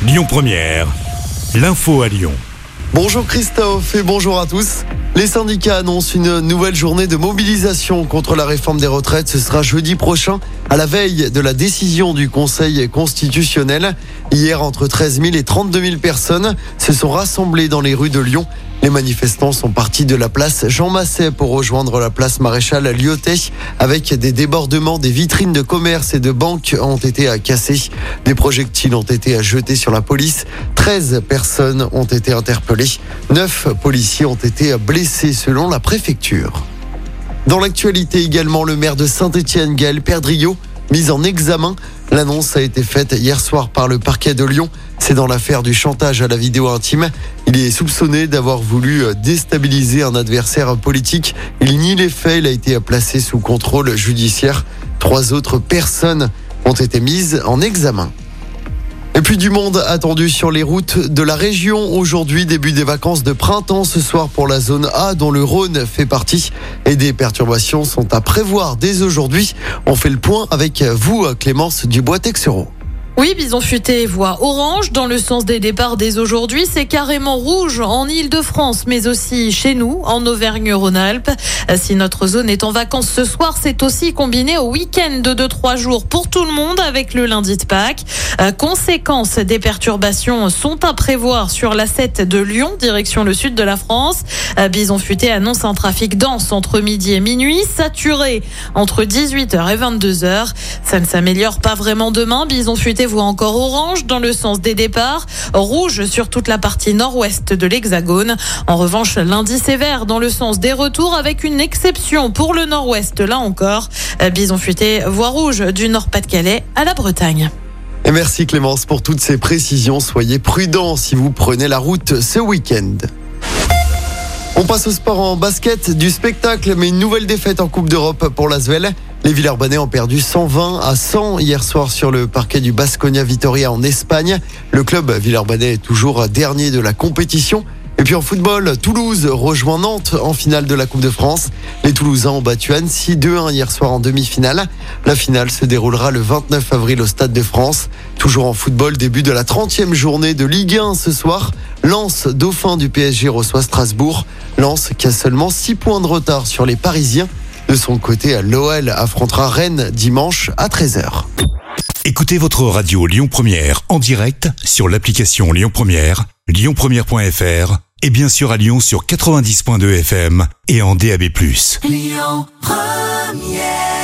Lyon Première, l'info à Lyon. Bonjour Christophe et bonjour à tous. Les syndicats annoncent une nouvelle journée de mobilisation contre la réforme des retraites. Ce sera jeudi prochain, à la veille de la décision du Conseil constitutionnel. Hier, entre 13 000 et 32 000 personnes se sont rassemblées dans les rues de Lyon. Les manifestants sont partis de la place Jean Massey pour rejoindre la place Maréchal Lyotet. Avec des débordements, des vitrines de commerce et de banques ont été cassées. Des projectiles ont été jetés sur la police. 13 personnes ont été interpellées. 9 policiers ont été blessés selon la préfecture. Dans l'actualité également, le maire de Saint-Étienne, Gaël Perdriau, mis en examen. L'annonce a été faite hier soir par le parquet de Lyon. C'est dans l'affaire du chantage à la vidéo intime. Il est soupçonné d'avoir voulu déstabiliser un adversaire politique. Il nie les faits. Il a été placé sous contrôle judiciaire. 3 autres personnes ont été mises en examen. Et puis du monde attendu sur les routes de la région. Aujourd'hui, début des vacances de printemps ce soir pour la zone A dont le Rhône fait partie. Et des perturbations sont à prévoir dès aujourd'hui. On fait le point avec vous, Clémence Dubois-Texereau. Oui, Bison Futé voie orange dans le sens des départs dès aujourd'hui. C'est carrément rouge en Île-de-France, mais aussi chez nous, en Auvergne-Rhône-Alpes. Si notre zone est en vacances ce soir, c'est aussi combiné au week-end de 2-3 jours pour tout le monde avec le lundi de Pâques. Conséquence, des perturbations sont à prévoir sur l'A7 de Lyon, direction le sud de la France. Bison Futé annonce un trafic dense entre midi et minuit, saturé entre 18h et 22h. Ça ne s'améliore pas vraiment demain. Bison Futé voit encore orange dans le sens des départs, rouge sur toute la partie nord-ouest de l'Hexagone. En revanche, lundi c'est vert dans le sens des retours avec une exception pour le nord-ouest là encore. Bison Futé voit rouge du Nord-Pas-de-Calais à la Bretagne. Et merci Clémence pour toutes ces précisions. Soyez prudents si vous prenez la route ce week-end. On passe au sport en basket, du spectacle, mais une nouvelle défaite en Coupe d'Europe pour l'Asvel. Les Villeurbanais ont perdu 120-100 hier soir sur le parquet du Baskonia Vitoria en Espagne. Le club villeurbanais est toujours dernier de la compétition. Et puis en football, Toulouse rejoint Nantes en finale de la Coupe de France. Les Toulousains ont battu Annecy 2-1 hier soir en demi-finale. La finale se déroulera le 29 avril au Stade de France. Toujours en football, début de la 30e journée de Ligue 1 ce soir. Lens, dauphin du PSG, reçoit Strasbourg. Lens qui a seulement 6 points de retard sur les Parisiens. De son côté, l'OL affrontera Rennes dimanche à 13h. Écoutez votre radio Lyon Première en direct sur l'application Lyon Première, lyonpremière.fr et bien sûr à Lyon sur 90.2 FM et en DAB+. Lyon Première.